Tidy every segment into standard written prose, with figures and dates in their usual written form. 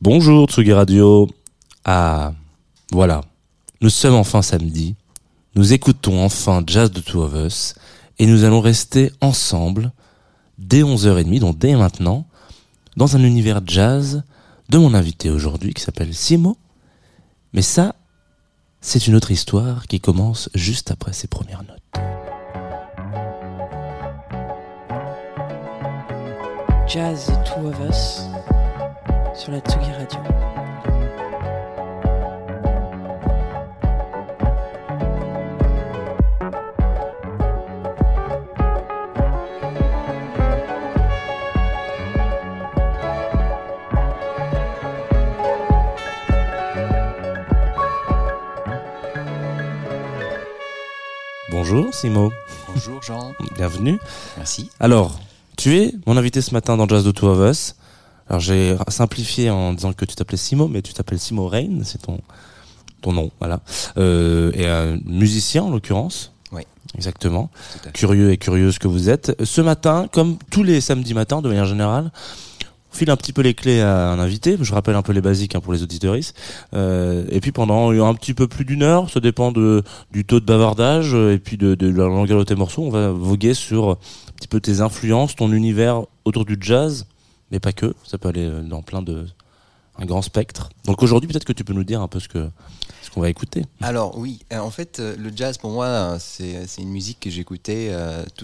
Bonjour Tsugi Radio. Ah, voilà. Nous sommes enfin samedi. Nous écoutons enfin Jazz de Two of Us. Et nous allons rester ensemble dès 11h30, donc dès maintenant, dans un univers jazz de mon invité aujourd'hui qui s'appelle Simo. Mais ça, c'est une autre histoire qui commence juste après ses premières notes. Jazz The Two of Us sur la Tsugi Radio. Bonjour Simo. Bonjour Jean. Bienvenue. Merci. Alors, tu es mon invité ce matin dans Jazz de Two of Us. Alors j'ai simplifié en disant que tu t'appelais Simo, mais tu t'appelles Simo Rain, c'est ton nom, voilà. Et un musicien en l'occurrence. Oui. Exactement. Tout à fait. Curieux et curieuse que vous êtes. Ce matin, comme tous les samedis matins de manière générale, on file un petit peu les clés à un invité. Je rappelle un peu les basiques pour les auditeuristes. Et puis pendant un petit peu plus d'une heure, ça dépend du taux de bavardage et puis de la longueur de tes morceaux, on va voguer sur un petit peu tes influences, ton univers autour du jazz, mais pas que. Ça peut aller dans un grand spectre. Donc aujourd'hui, peut-être que tu peux nous dire un peu ce qu'on va écouter. Alors oui, en fait, le jazz pour moi, c'est une musique que j'écoutais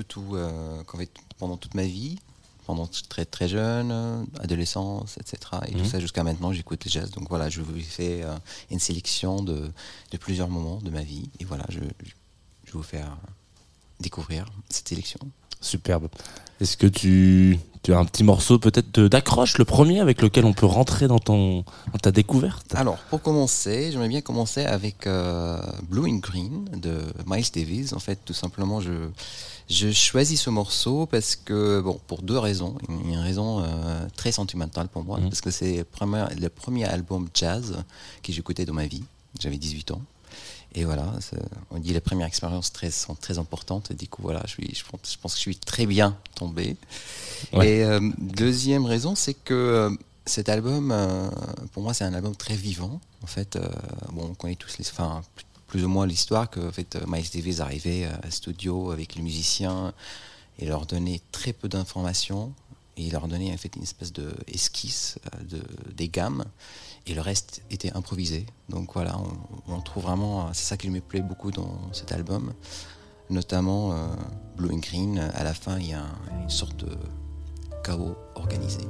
pendant toute ma vie, pendant très très jeune, adolescence, etc. Et tout ça jusqu'à maintenant, j'écoute le jazz. Donc voilà, je vous fais une sélection de plusieurs moments de ma vie. Et voilà, je vais vous faire découvrir cette sélection. Superbe. Est-ce que tu as un petit morceau peut-être d'accroche, le premier avec lequel on peut rentrer dans ta découverte? Alors, pour commencer, j'aimerais bien commencer avec Blue and Green de Miles Davis. En fait, tout simplement, je choisis ce morceau parce que, pour deux raisons. Une raison très sentimentale pour moi, parce que c'est le premier album jazz que j'écoutais dans ma vie. J'avais 18 ans. Et voilà, on dit les premières expériences sont très importantes. Et du coup, voilà, je pense que je suis très bien tombé. Ouais. Et deuxième raison, c'est que cet album, pour moi, c'est un album très vivant. En fait, on connaît tous plus ou moins l'histoire que en fait, Miles Davis arrivait à studio avec les musiciens et leur donnait très peu d'informations. Et il leur donnait en fait une espèce d'esquisse des gammes. Et le reste était improvisé. Donc voilà, on trouve vraiment... C'est ça qui me plaît beaucoup dans cet album. Notamment Blue and Green. À la fin, il y a une sorte de chaos organisé.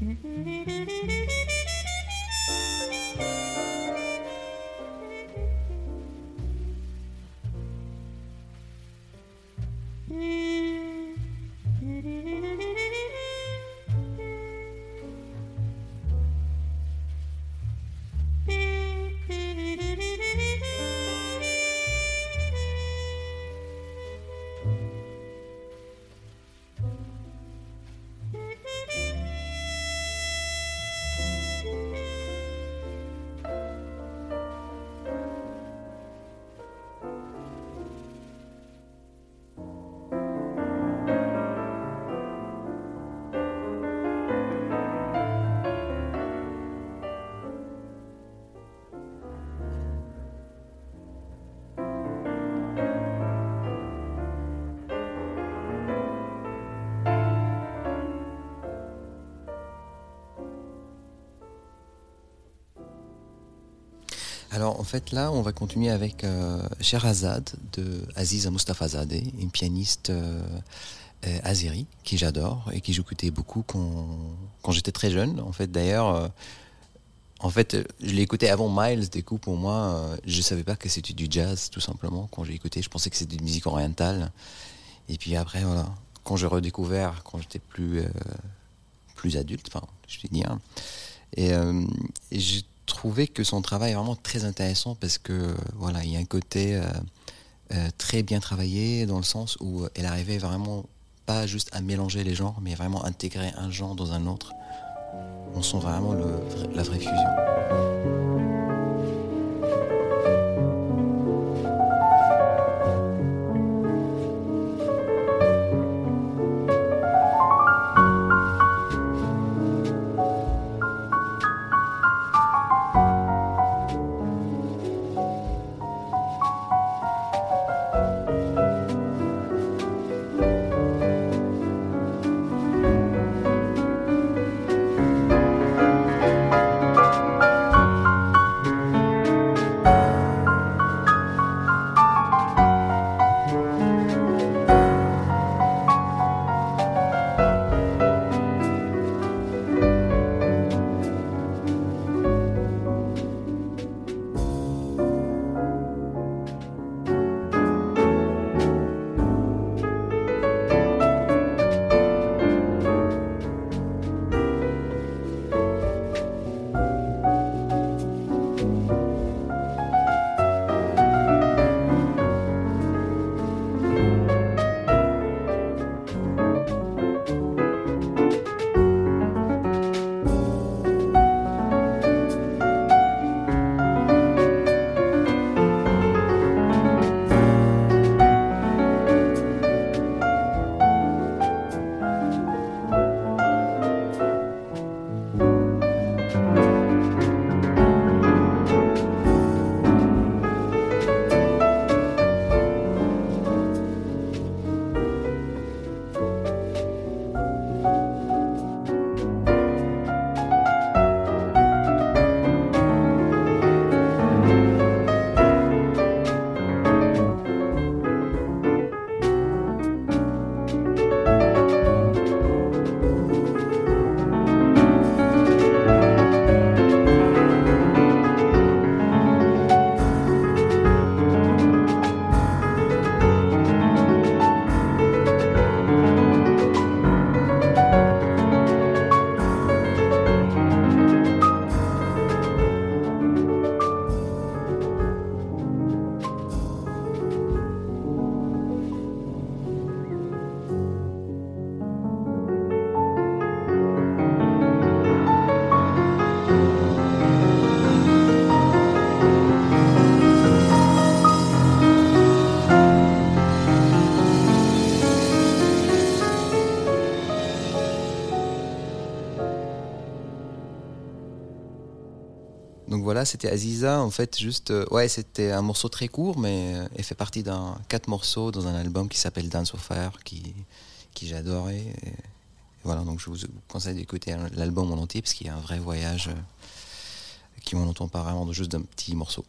Alors en fait là on va continuer avec Sherazade de Aziza Mustafazadeh, une pianiste azérie que j'adore et que j'écoutais beaucoup quand j'étais très jeune. En fait d'ailleurs, je l'ai écouté avant Miles, du coup pour moi je savais pas que c'était du jazz tout simplement quand j'ai écouté, je pensais que c'était de musique orientale. Et puis après voilà, quand j'ai redécouvert quand j'étais plus adulte, enfin je vais dire, et j'ai trouvé que son travail est vraiment très intéressant parce que voilà, il y a un côté très bien travaillé dans le sens où elle arrivait vraiment pas juste à mélanger les genres, mais vraiment intégrer un genre dans un autre. On sent vraiment la vraie fusion. Donc voilà, c'était Aziza. En fait, juste, c'était un morceau très court, mais elle fait partie d'un 4 morceaux dans un album qui s'appelle Dance of Fire, qui j'ai adoré. Et voilà, donc je vous conseille d'écouter l'album en entier, parce qu'il y a un vrai voyage qui on n'entend pas vraiment juste d'un petit morceau.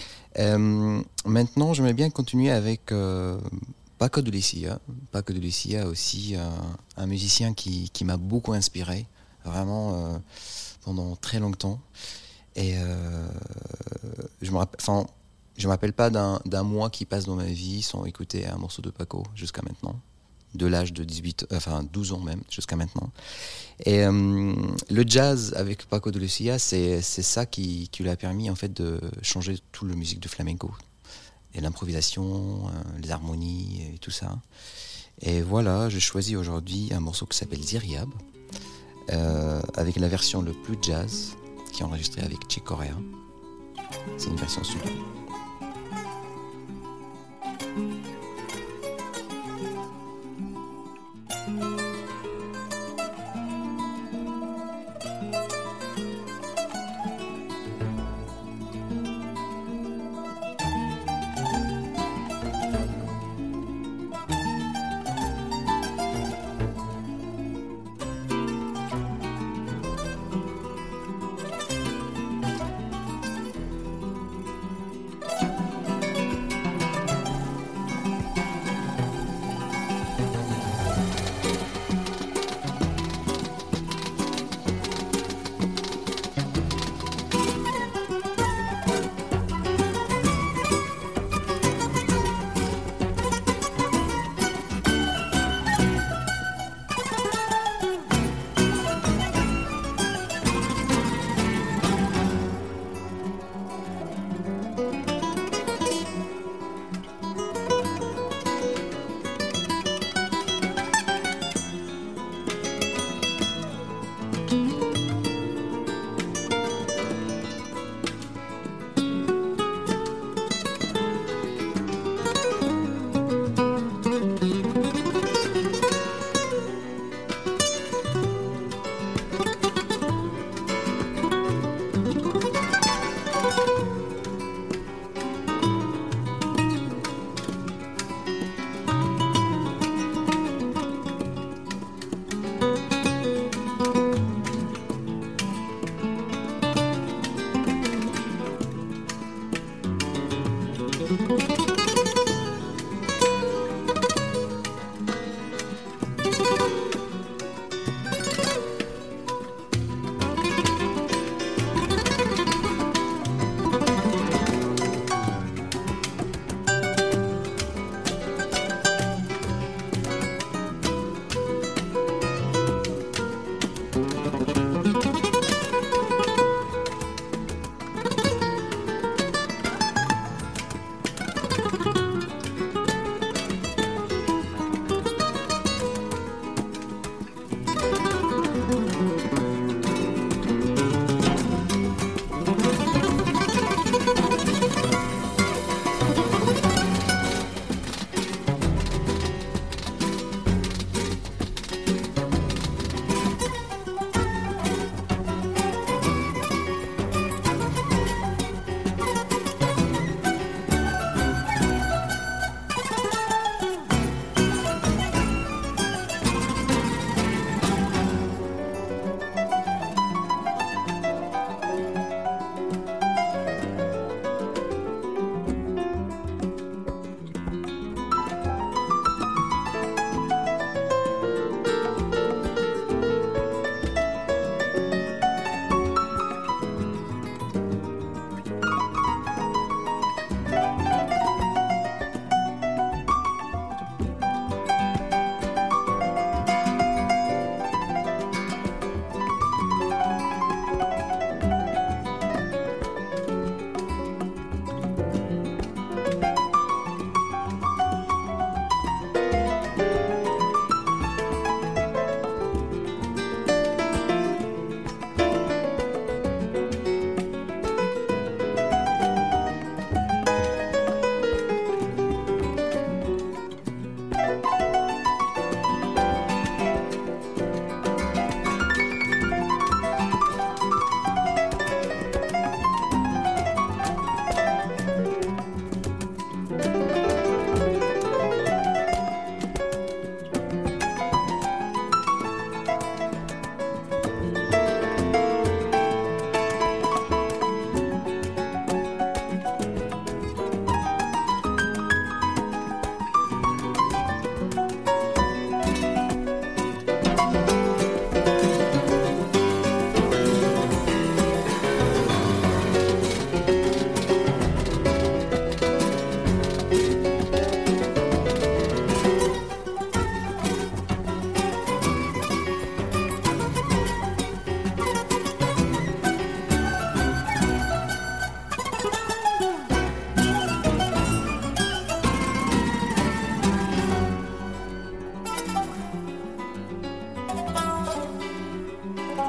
Maintenant, j'aimerais bien continuer avec Paco de Lucia. Paco de Lucia aussi, un musicien qui m'a beaucoup inspiré vraiment pendant très longtemps. Et je me rappelle pas d'un mois qui passe dans ma vie sans écouter un morceau de Paco jusqu'à maintenant. De l'âge de 12 ans même, jusqu'à maintenant. Et le jazz avec Paco de Lucia, c'est ça qui lui a permis en fait de changer tout le musique de flamenco. Et l'improvisation, les harmonies et tout ça. Et voilà, j'ai choisi aujourd'hui un morceau qui s'appelle Ziriab, avec la version le plus jazz, qui est enregistrée avec Chick Corea. C'est une version studio.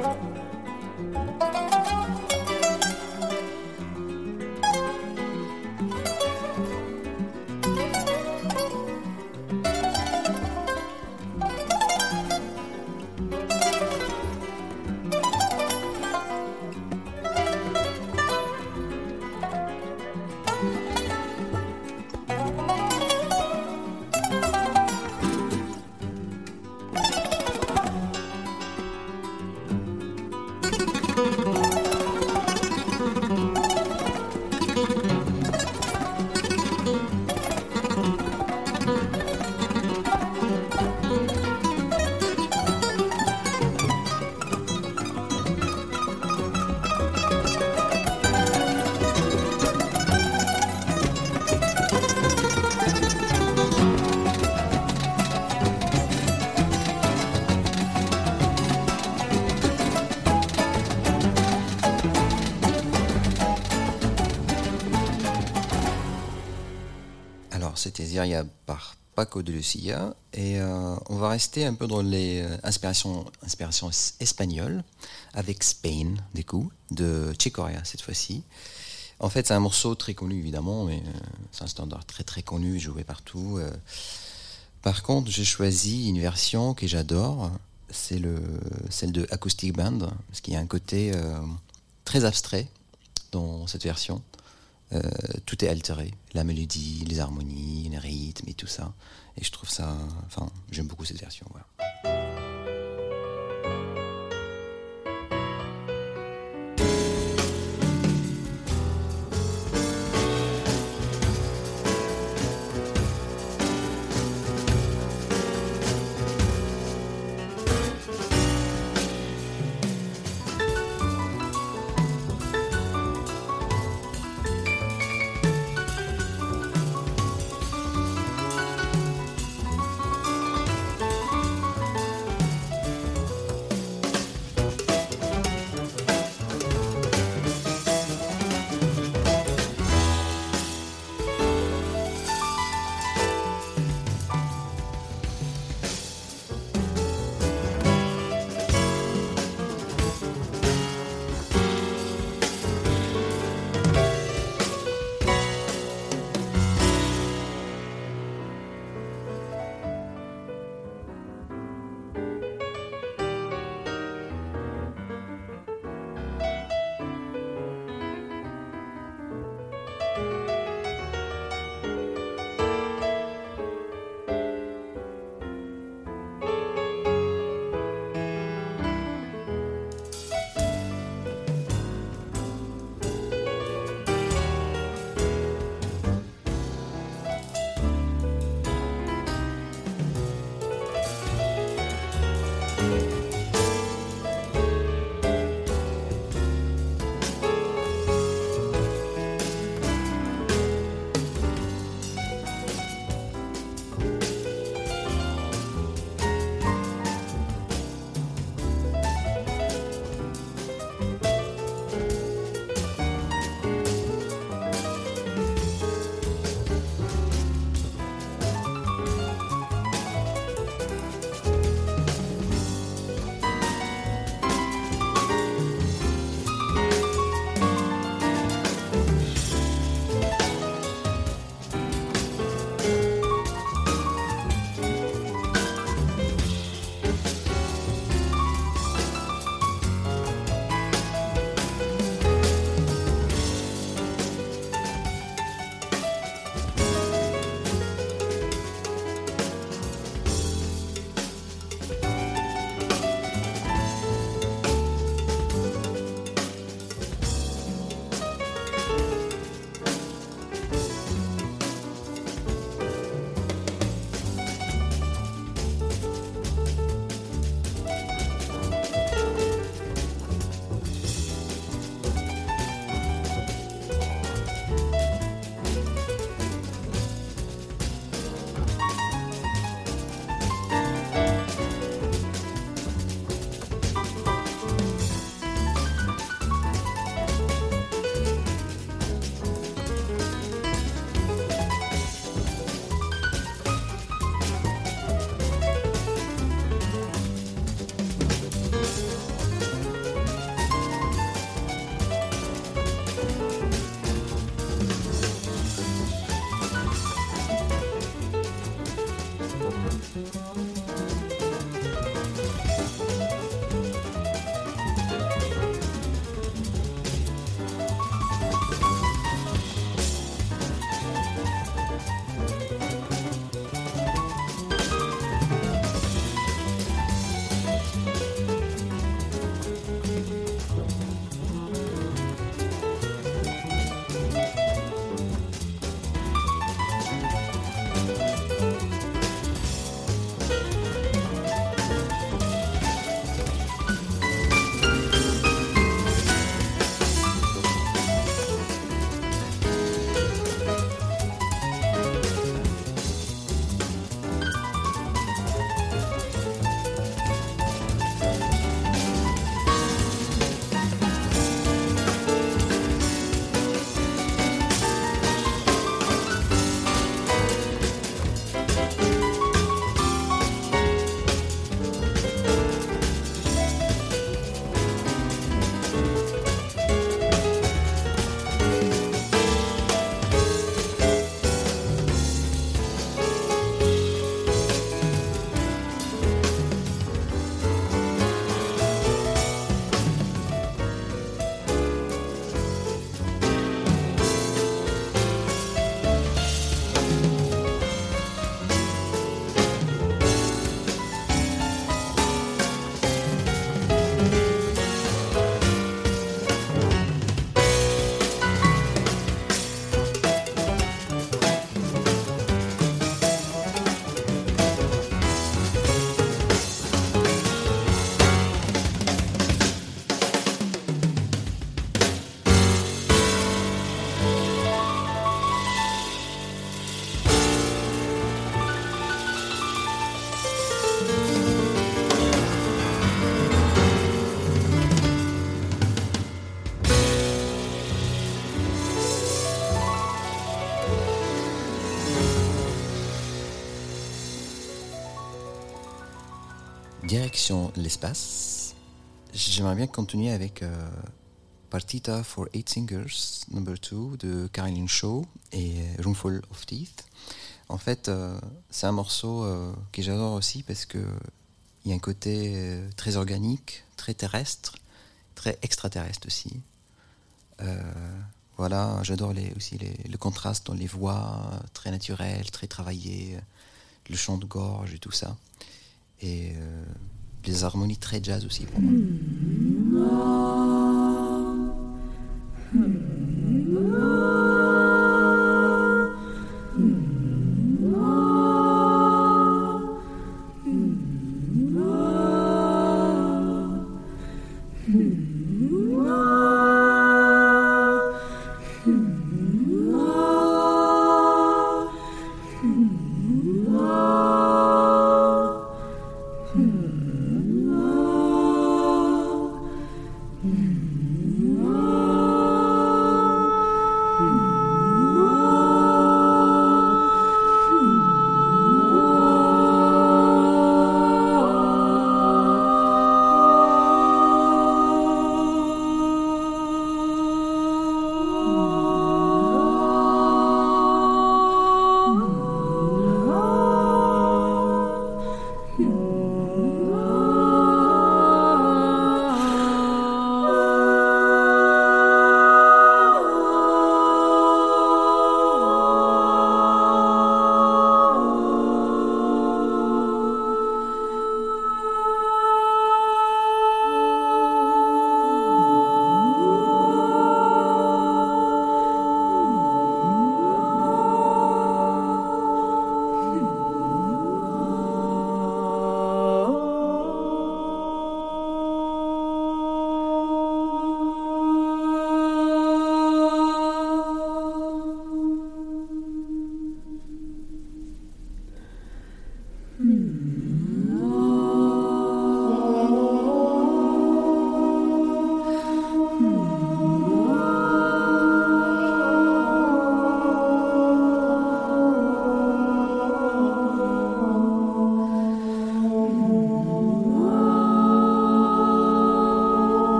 C'était Ziria par Paco de Lucia et on va rester un peu dans les inspirations espagnoles avec Spain du coup de Chick Corea cette fois-ci. En fait c'est un morceau très connu évidemment mais c'est un standard très très connu joué partout. Par contre j'ai choisi une version que j'adore, c'est celle de Acoustic Band parce qu'il y a un côté très abstrait dans cette version. Tout est altéré, la mélodie, les harmonies, les rythmes et tout ça. Et je trouve ça, j'aime beaucoup cette version. Voilà. direction l'espace. J'aimerais bien continuer avec Partita for Eight Singers, number 2 de Caroline Shaw et Roomful of Teeth. En fait, c'est un morceau que j'adore aussi parce que il y a un côté très organique, très terrestre, très extraterrestre aussi. Voilà, j'adore le contraste dans les voix, très naturel, très travaillé, le chant de gorge et tout ça. Et les harmonies très jazz aussi pour moi.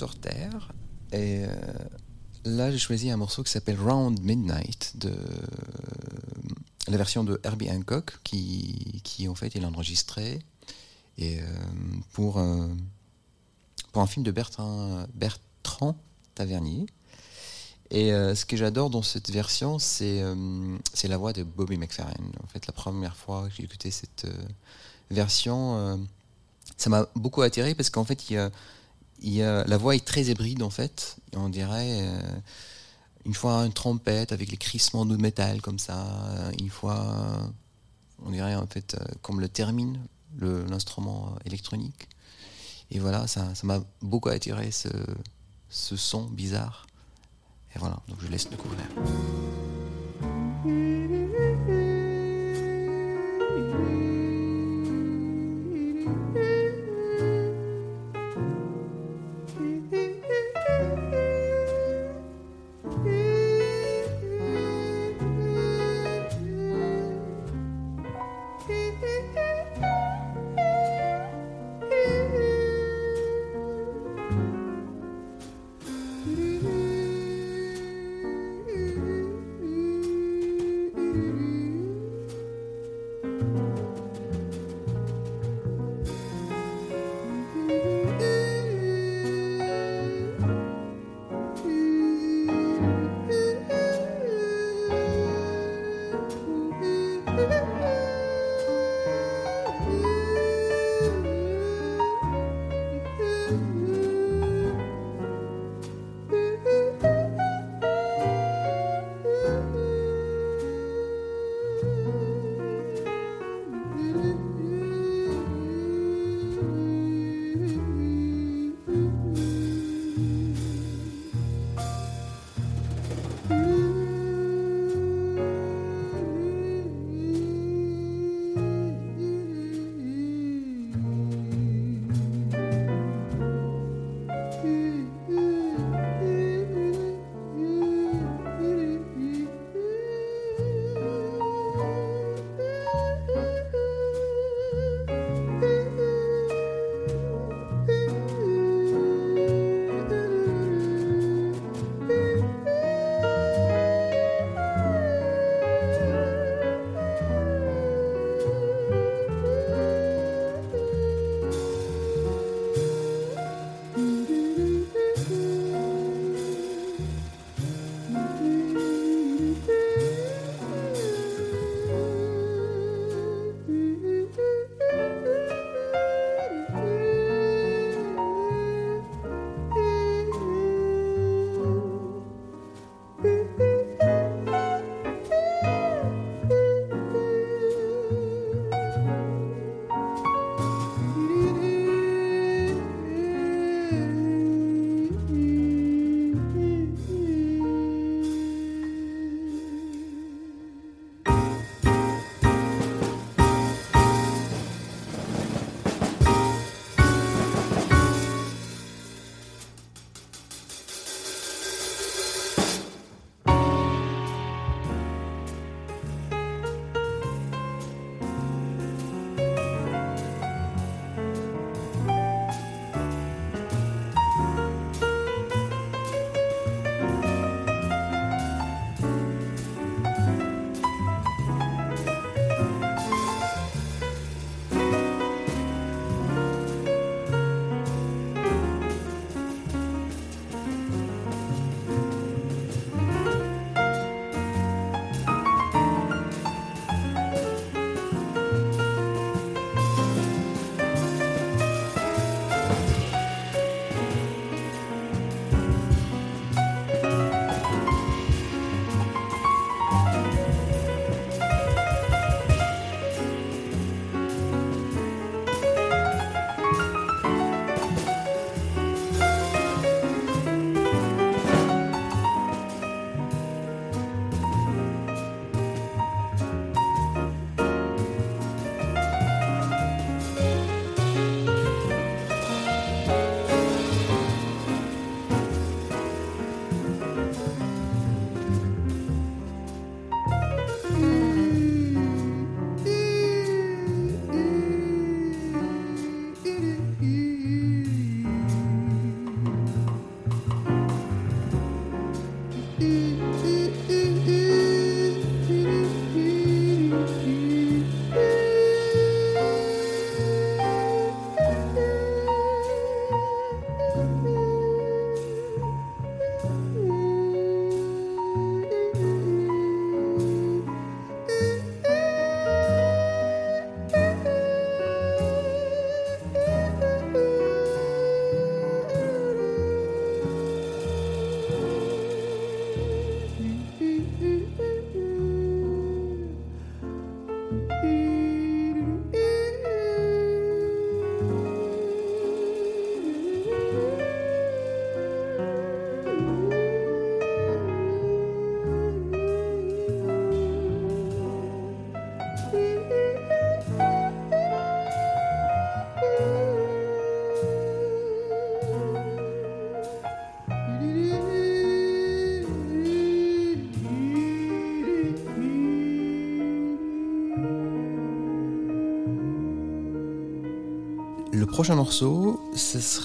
sur Terre. Et là, j'ai choisi un morceau qui s'appelle Round Midnight, de la version de Herbie Hancock, qui en fait, il a enregistré et, pour un film de Bertrand Tavernier. Et ce que j'adore dans cette version, c'est la voix de Bobby McFerrin. En fait, la première fois que j'ai écouté cette version, ça m'a beaucoup attiré parce qu'en fait, la voix est très hybride en fait. Et on dirait une fois une trompette avec les crissements de métal comme ça, une fois on dirait en fait comme le termine, l'instrument électronique. Et voilà, ça m'a beaucoup attiré ce son bizarre. Et voilà, donc je laisse découvrir. Le prochain morceau, ce sera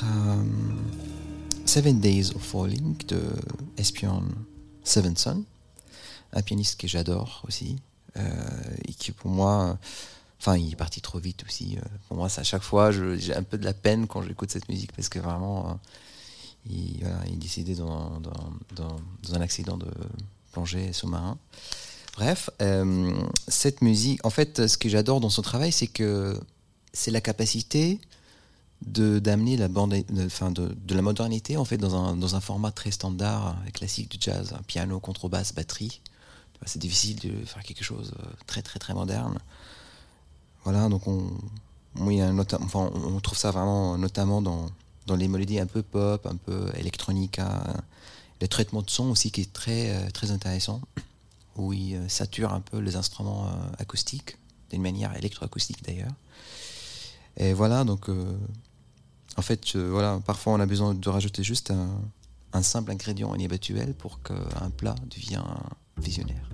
Seven Days of Falling de Espion Sevenson, un pianiste que j'adore aussi, et qui pour moi, il est parti trop vite aussi. Pour moi, à chaque fois, j'ai un peu de la peine quand j'écoute cette musique parce que vraiment, il est décédé dans un accident de plongée sous-marin. Bref, cette musique, en fait, ce que j'adore dans son travail, c'est que c'est la capacité d'amener la bande, de la modernité en fait dans un format très standard classique du jazz, un piano, contrebasse, batterie. C'est difficile de faire quelque chose très très très moderne. Voilà, donc on trouve ça vraiment notamment dans les mélodies un peu pop, un peu electronica, le traitement de son aussi qui est très très intéressant, où il sature un peu les instruments acoustiques d'une manière électroacoustique d'ailleurs. Et voilà, donc en fait, parfois on a besoin de rajouter juste un simple ingrédient inhabituel pour qu'un plat devienne visionnaire.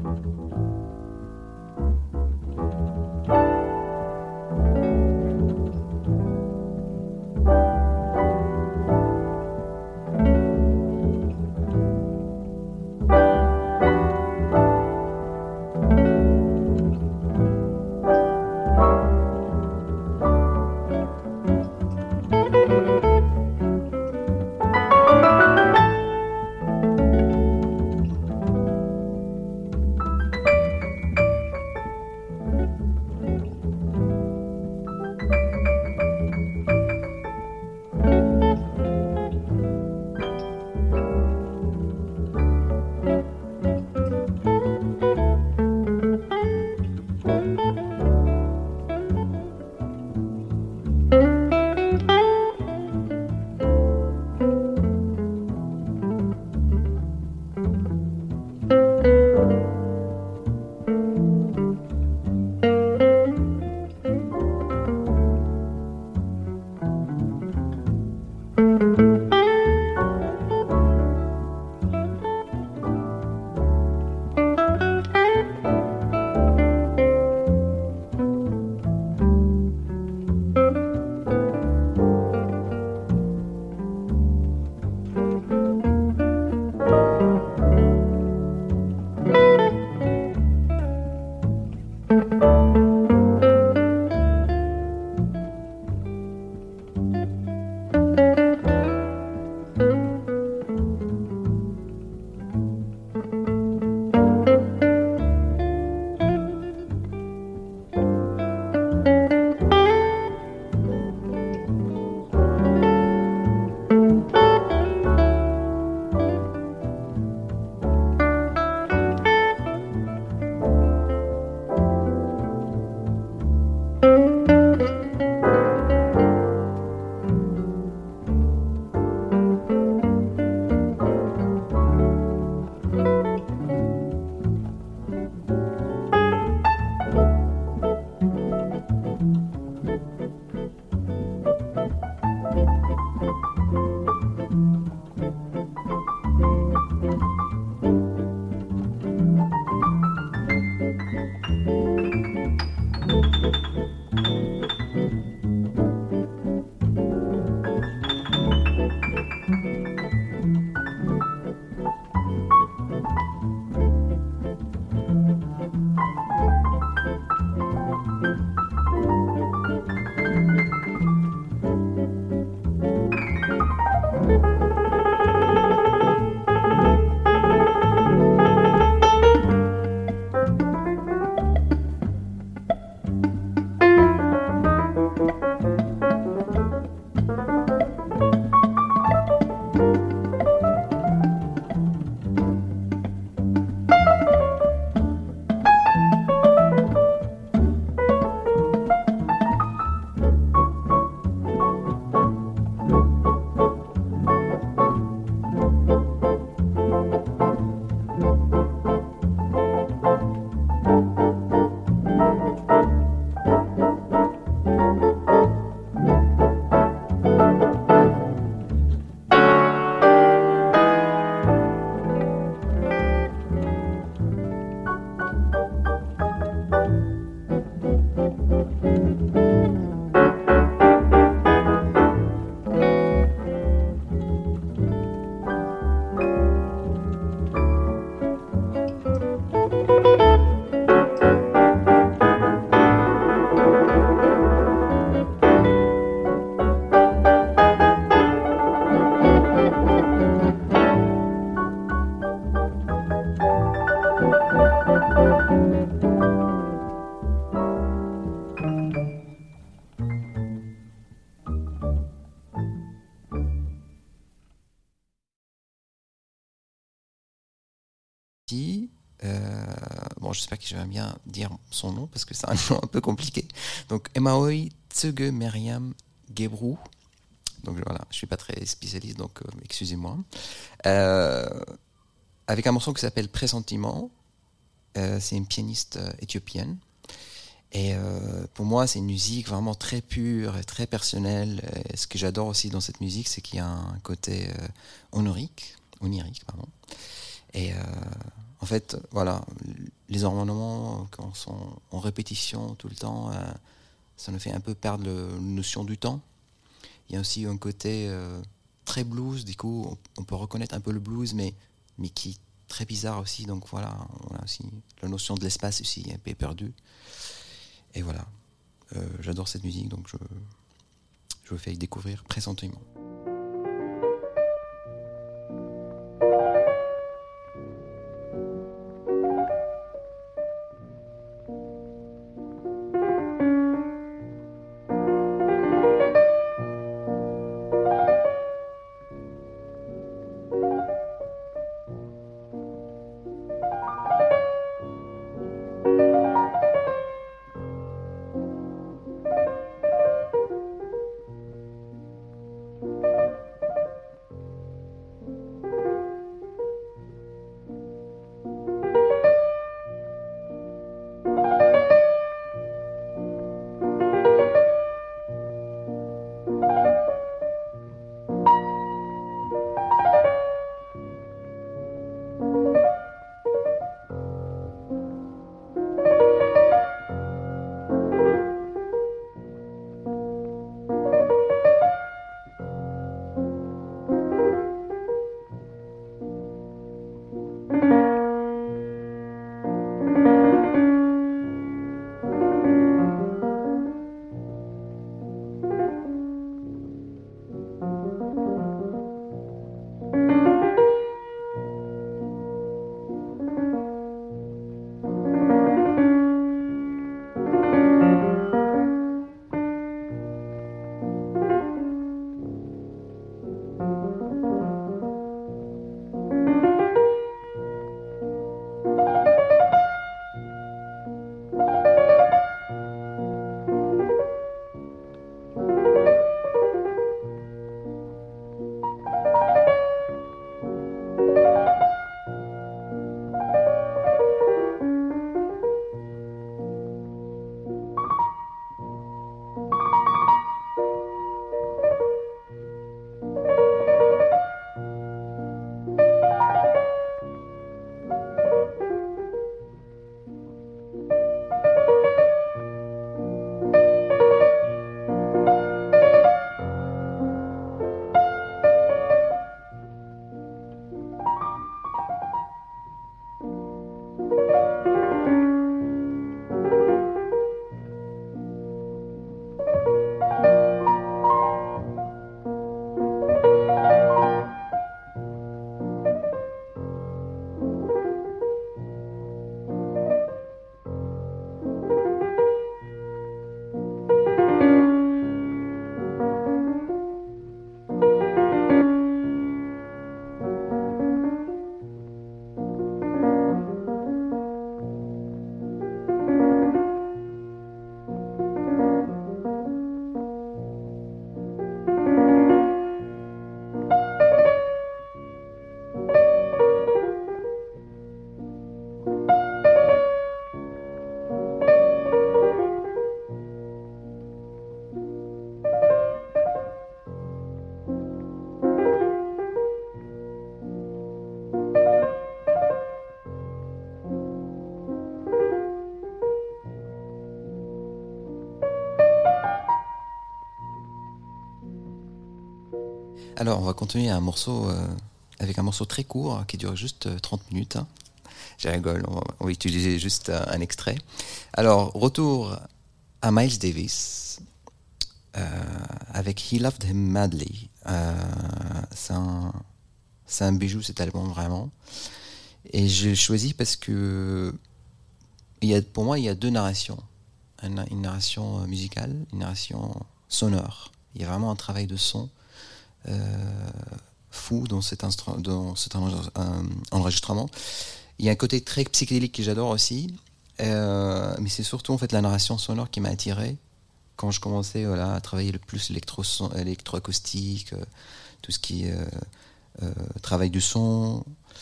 Bon, j'espère que je vais bien dire son nom parce que c'est un nom un peu compliqué. Donc, Emaoi Tsuge Meriam Gebru. Donc voilà, je suis pas très spécialiste, donc excusez-moi. Avec un morceau qui s'appelle Pressentiment. C'est une pianiste éthiopienne. Et pour moi, c'est une musique vraiment très pure et très personnelle. Et ce que j'adore aussi dans cette musique, c'est qu'il y a un côté onirique, pardon. Et en fait, voilà, les ornements, quand sont en répétition tout le temps, ça nous fait un peu perdre la notion du temps. Il y a aussi un côté très blues, du coup, on peut reconnaître un peu le blues, mais qui est très bizarre aussi. Donc voilà, on a aussi la notion de l'espace aussi un peu perdue. Et voilà, j'adore cette musique, donc je vous fais découvrir Pressentiment. Alors, on va continuer avec un morceau très court qui dure juste 30 minutes. Hein. Je rigole, on va utiliser juste un extrait. Alors, retour à Miles Davis avec He Loved Him Madly. C'est un bijou cet album, vraiment. Et je l'ai choisi parce que pour moi, il y a deux narrations. Une narration musicale, une narration sonore. Il y a vraiment un travail de son fou dans cet enregistrement. Il y a un côté très psychédélique que j'adore aussi, mais c'est surtout en fait la narration sonore qui m'a attiré quand je commençais à travailler le plus l'électroacoustique, tout ce qui est travail du son.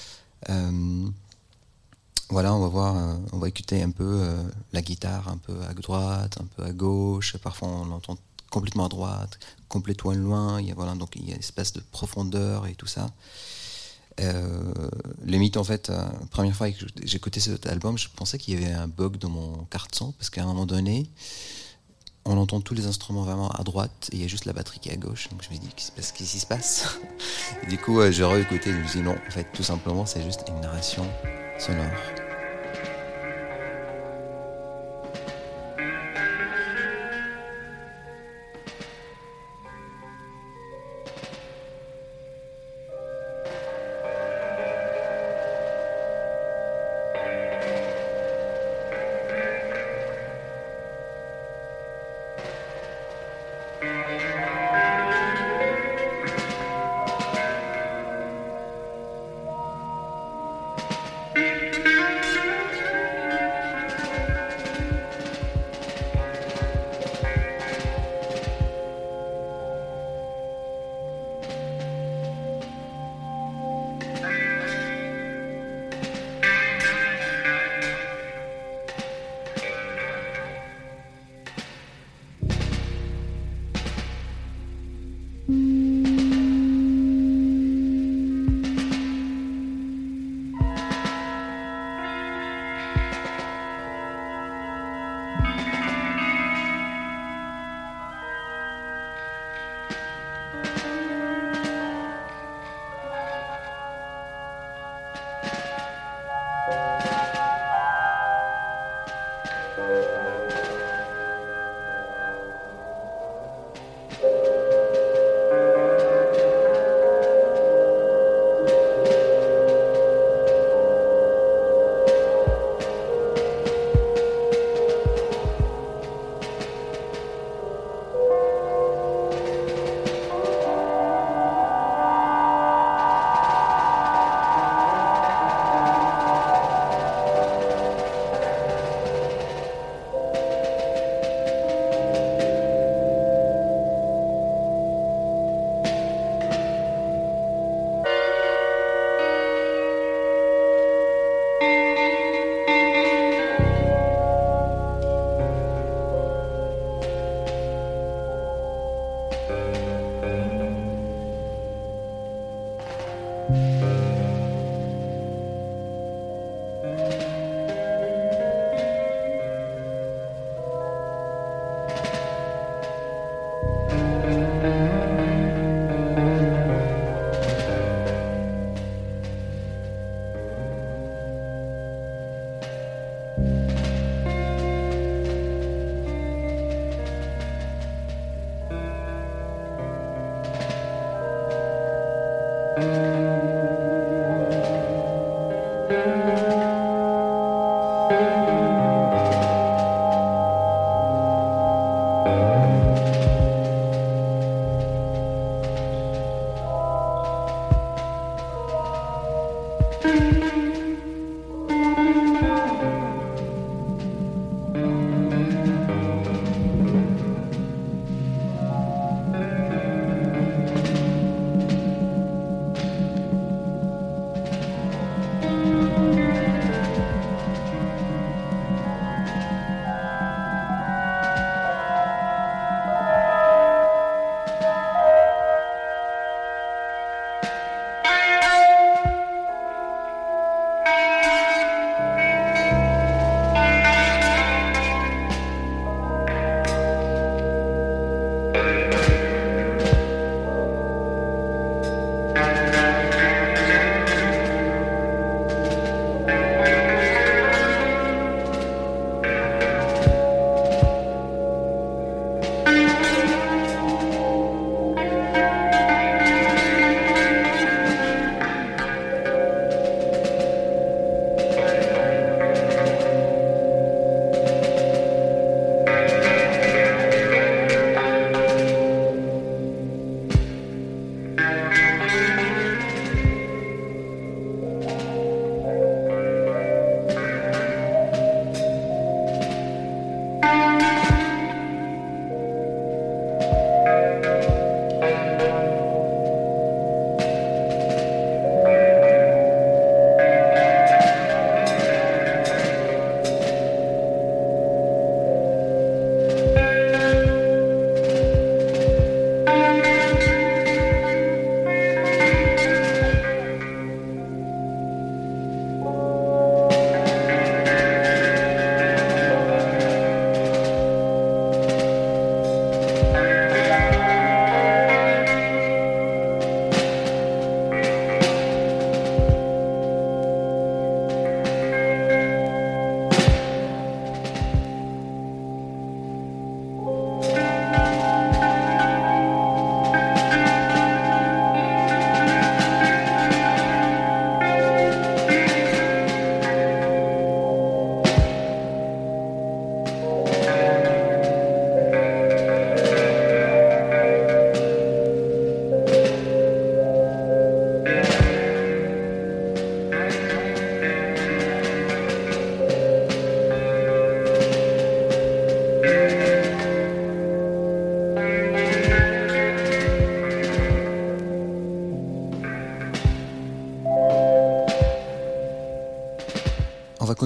Voilà, on va écouter un peu la guitare, un peu à droite, un peu à gauche. Parfois, on entend complètement à droite, complètement loin. Donc il y a une espèce de profondeur et tout ça. Limite, en fait, première fois que j'ai écouté cet album, je pensais qu'il y avait un bug dans mon carte son, parce qu'à un moment donné, on entend tous les instruments vraiment à droite, et il y a juste la batterie qui est à gauche. Donc je me dis, qu'est-ce qui se passe? Et du coup, j'ai réécouté, et je me dis non, en fait, tout simplement, c'est juste une narration sonore.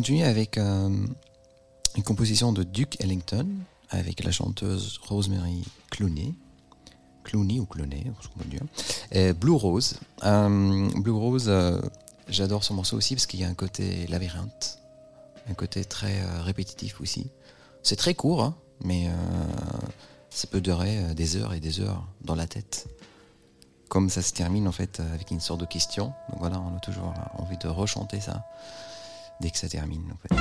continuer avec une composition de Duke Ellington avec la chanteuse Rosemary Clooney. Clooney ou Clooney, ce qu'on peut dire. Et Blue Rose. Blue Rose, j'adore ce morceau aussi parce qu'il y a un côté labyrinthe, un côté très répétitif aussi. C'est très court, hein, mais ça peut durer des heures et des heures dans la tête. Comme ça se termine en fait avec une sorte de question. Donc voilà, on a toujours envie de rechanter ça dès que ça termine. En fait.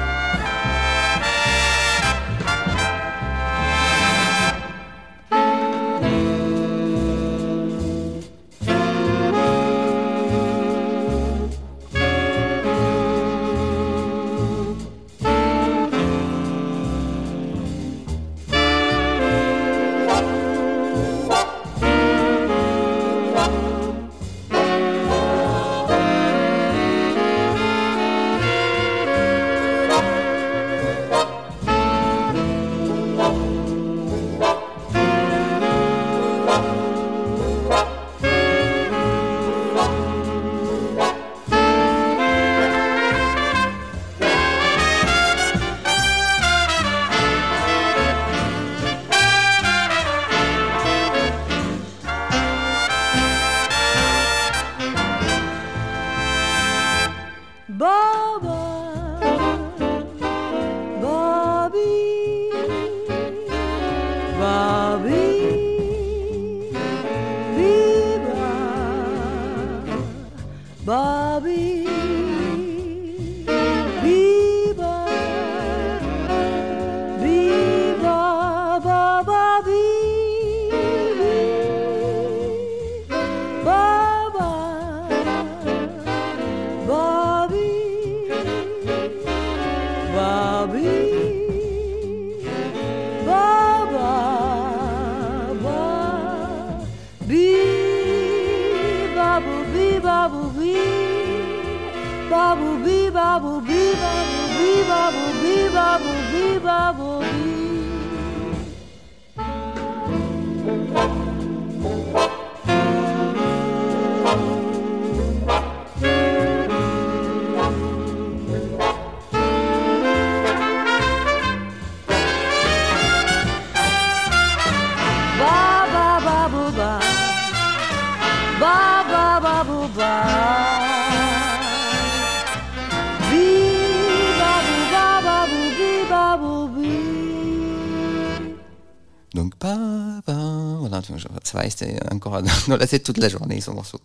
Voilà, ça va rester encore dans la tête toute la journée, ce morceau.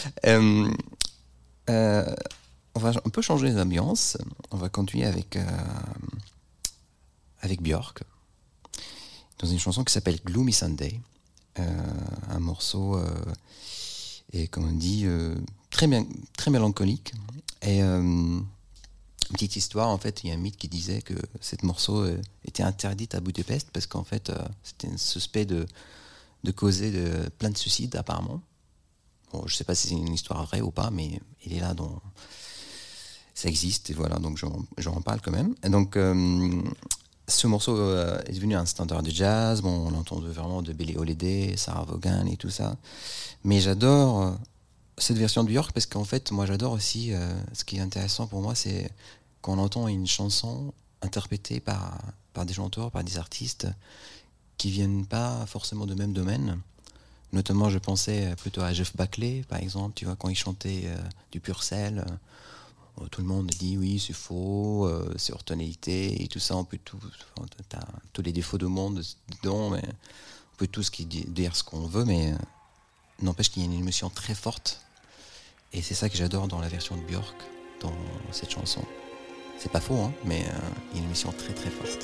On va un peu changer d'ambiance. On va continuer avec Björk, dans une chanson qui s'appelle Gloomy Sunday. Un morceau, et comme on dit, très mélancolique. Et petite histoire, en fait, il y a un mythe qui disait que cette morceau était interdite à Budapest parce qu'en fait, c'était suspect de causer plein de suicides, apparemment. Bon, je sais pas si c'est une histoire vraie ou pas, mais il est là, donc ça existe, et voilà, donc j'en parle quand même. Et donc, ce morceau est devenu un standard de jazz. Bon, on entend vraiment de Billie Holiday, Sarah Vaughan et tout ça. Mais j'adore cette version de Björk parce qu'en fait, moi, j'adore aussi, ce qui est intéressant pour moi, c'est quand on entend une chanson interprétée par des chanteurs, par des artistes qui viennent pas forcément du même domaine. Notamment, je pensais plutôt à Jeff Buckley, par exemple, tu vois, quand il chantait du Purcell, tout le monde dit oui, c'est faux, c'est hors tonalité et tout ça, on peut tout, t'as tous les défauts du monde dedans, mais on peut tous dire ce qu'on veut, mais n'empêche qu'il y a une émotion très forte. Et c'est ça que j'adore dans la version de Björk, dans cette chanson. C'est pas faux, hein, mais il y a une émotion très très forte.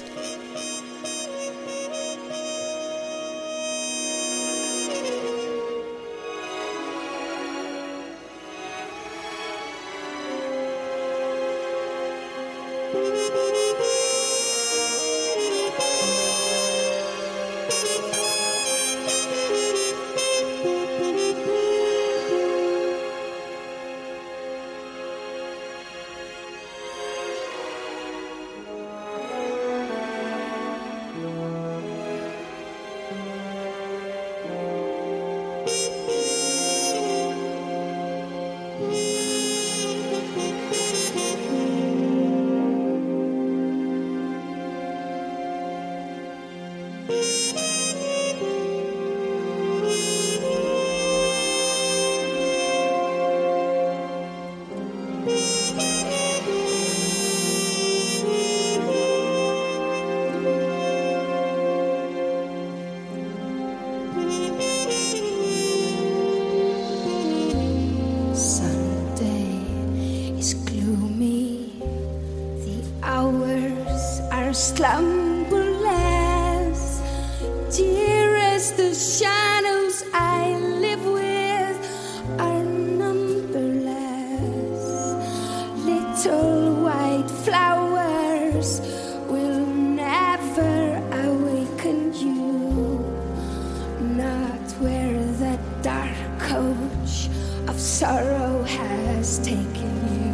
hours are slumberless. Dearest, the shadows I live with are numberless. Little white flowers will never awaken you, not where the dark coach of sorrow has taken you.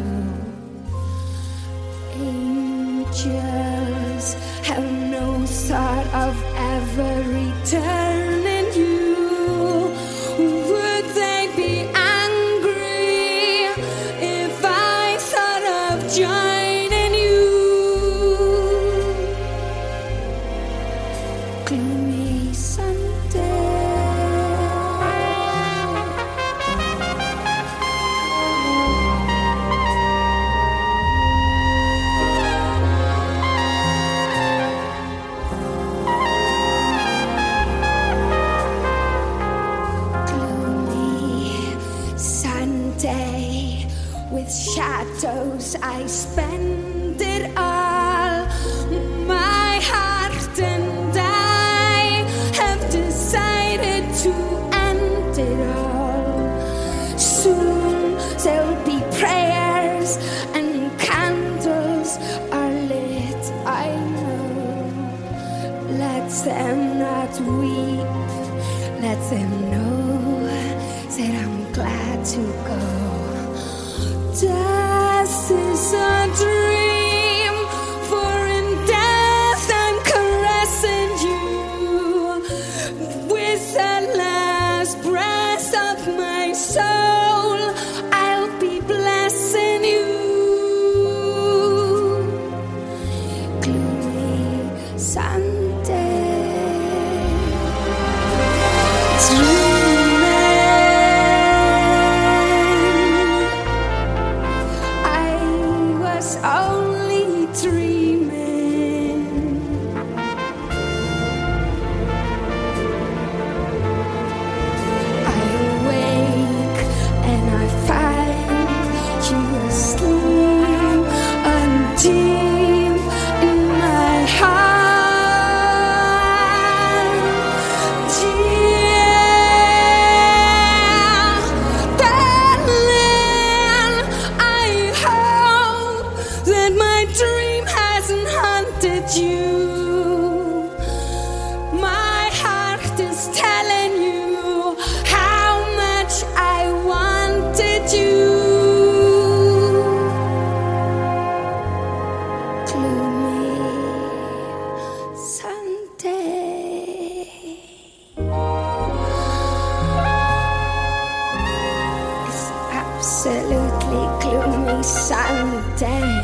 Angels have no thought of ever returning you. Would they be angry if I thought of joining you? Gloomy Sunday. With shadows I spend it all. My heart and I have decided to end it all. Soon there'll be prayers and candles are lit, I know. Let them not weep, let them know that I'm glad to go. Death is a dream, for in death I'm caressing you. With the last breath of my soul, I'll be blessing you. Gloomy Sunday. Only dreaming. I awake and I find you asleep deep in my heart. Dear darling, I hope that my dream hasn't haunted you. My heart is telling you how much I wanted you. Gloomy Sunday. It's absolutely gloomy Sunday.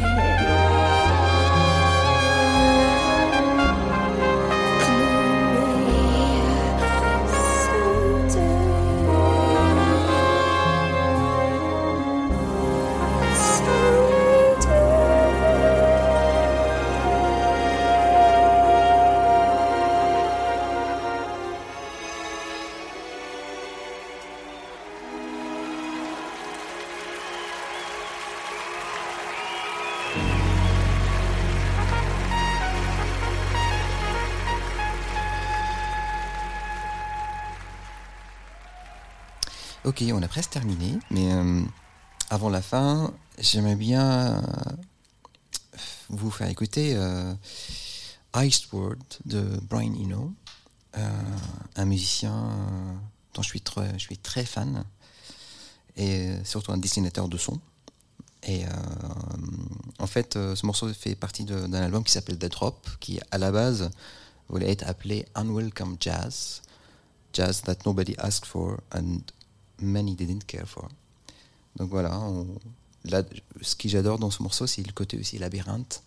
Ok, on a presque terminé, mais avant la fin, j'aimerais bien vous faire écouter Iced World de Brian Eno, un musicien dont je suis très fan, et surtout un dessinateur de son. Et en fait, ce morceau fait partie d'un album qui s'appelle The Drop, qui à la base voulait être appelé Unwelcome Jazz, Jazz that nobody asked for and many didn't care for. Donc voilà, là, ce que j'adore dans ce morceau, c'est le côté aussi labyrinthe,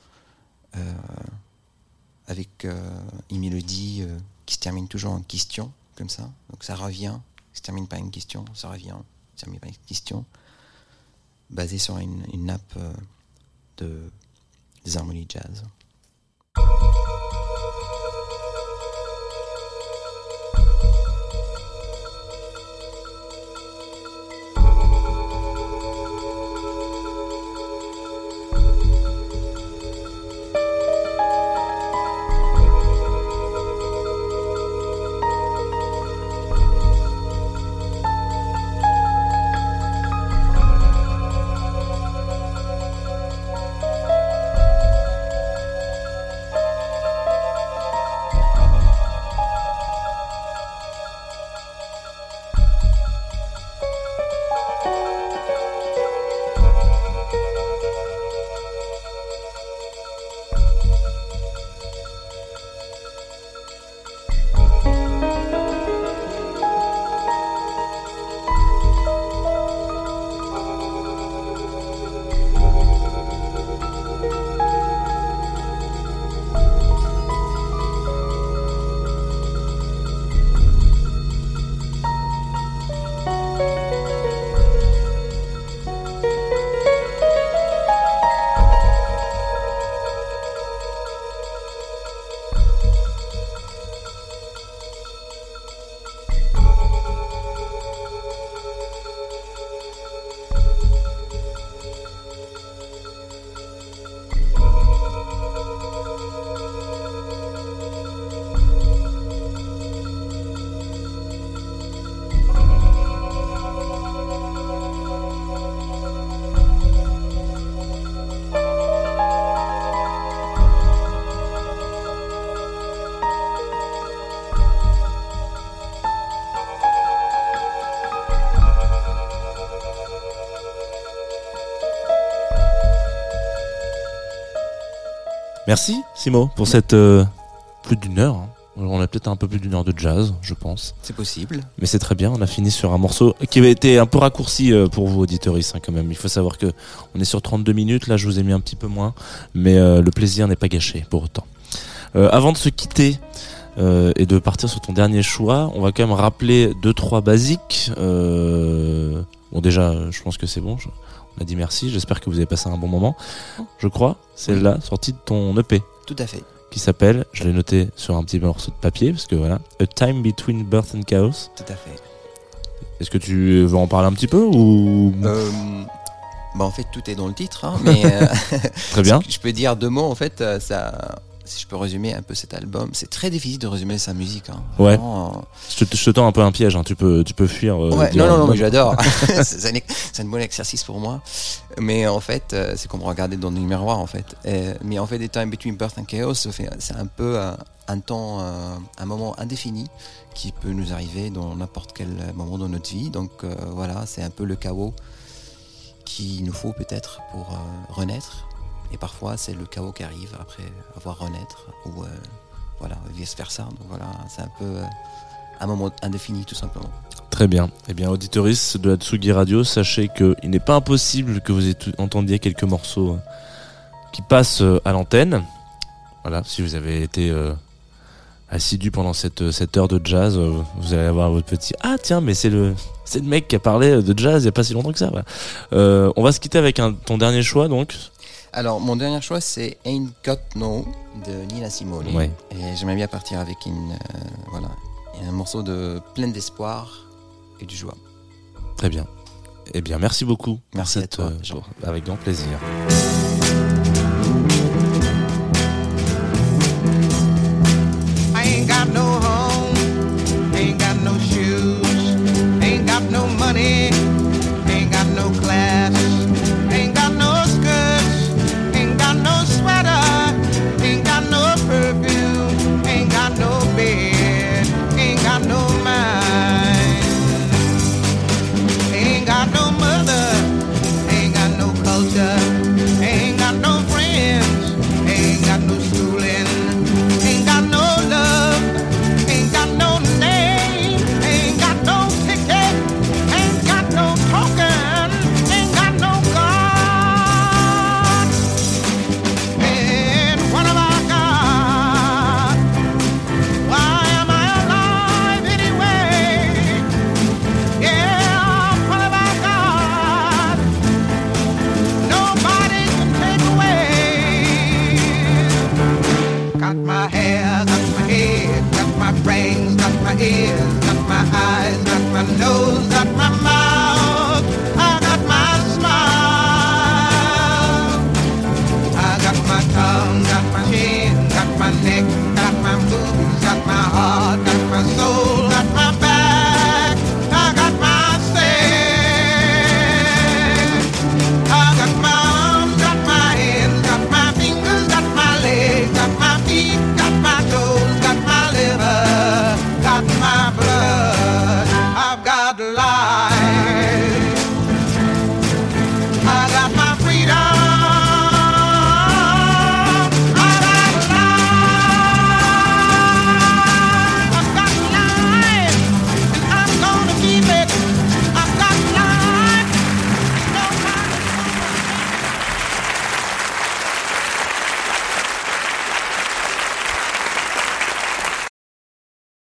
avec une mélodie qui se termine toujours en question, comme ça. Donc ça revient, ça se termine par une question, ça revient, ça se termine par une question, basée sur une nappe des harmonies jazz. Merci Simo pour cette plus d'une heure. Hein. On a peut-être un peu plus d'une heure de jazz, je pense. C'est possible. Mais c'est très bien, on a fini sur un morceau qui avait été un peu raccourci pour vous auditeuristes quand même. Il faut savoir que on est sur 32 minutes, là je vous ai mis un petit peu moins, mais le plaisir n'est pas gâché pour autant. Avant de se quitter et de partir sur ton dernier choix, on va quand même rappeler 2-3 basiques. Bon déjà, je pense que c'est bon, on a dit merci, j'espère que vous avez passé un bon moment. Je crois, c'est là, sortie de ton EP. Tout à fait. Qui s'appelle, je l'ai noté sur un petit morceau de papier, parce que voilà, A Time Between Birth and Chaos. Tout à fait. Est-ce que tu veux en parler un petit peu ou Bah en fait tout est dans le titre, hein, mais Très bien. Je peux dire 2 mots en fait. Ça, si je peux résumer un peu cet album, c'est très difficile de résumer sa musique. Hein. Ouais. Vraiment, Je te tends un peu un piège. Hein. Tu peux fuir. ouais. Non, mais j'adore. c'est un bon exercice pour moi. Mais en fait, c'est comme regarder dans le miroir en fait. Mais en fait, The Time Between Birth and Chaos, c'est un peu un temps, un moment indéfini qui peut nous arriver dans n'importe quel moment de notre vie. Donc voilà, c'est un peu le chaos qu'il nous faut peut-être pour renaître. Et parfois, c'est le chaos qui arrive après avoir renaître ou voilà, vice versa. Donc voilà, c'est un peu un moment indéfini tout simplement. Très bien. Eh bien, auditeuristes de la Tsugi Radio, sachez qu'il n'est pas impossible que vous entendiez quelques morceaux qui passent à l'antenne. Voilà, si vous avez été assidu pendant cette heure de jazz, vous allez avoir votre petit « Ah tiens, mais c'est le mec qui a parlé de jazz il n'y a pas si longtemps que ça. » Voilà. On va se quitter avec ton dernier choix donc. Alors, mon dernier choix, c'est Ain't Got No de Nina Simone. Ouais. Et j'aimerais bien partir avec un morceau de plein d'espoir et de joie. Très bien. Eh bien, merci beaucoup. Merci à toi, Jean. Avec grand plaisir. I ain't got no home, ain't got no shoes, ain't got no money, ain't got no class, ain't got no skirts, ain't got no sweater, ain't got no perfume, ain't got no bed, ain't got no mind, ain't got no mother, ain't got no culture, ain't got no friends, ain't got no schooling, ain't got no love, ain't got no name, ain't got no ticket, ain't got no token, ain't got no God. And what have I got? Why am I alive anyway? Yeah, what have I got? Nobody can take away. Got my hair, got my head, got my brains, got my ears, got my eyes, got my nose, got my mouth.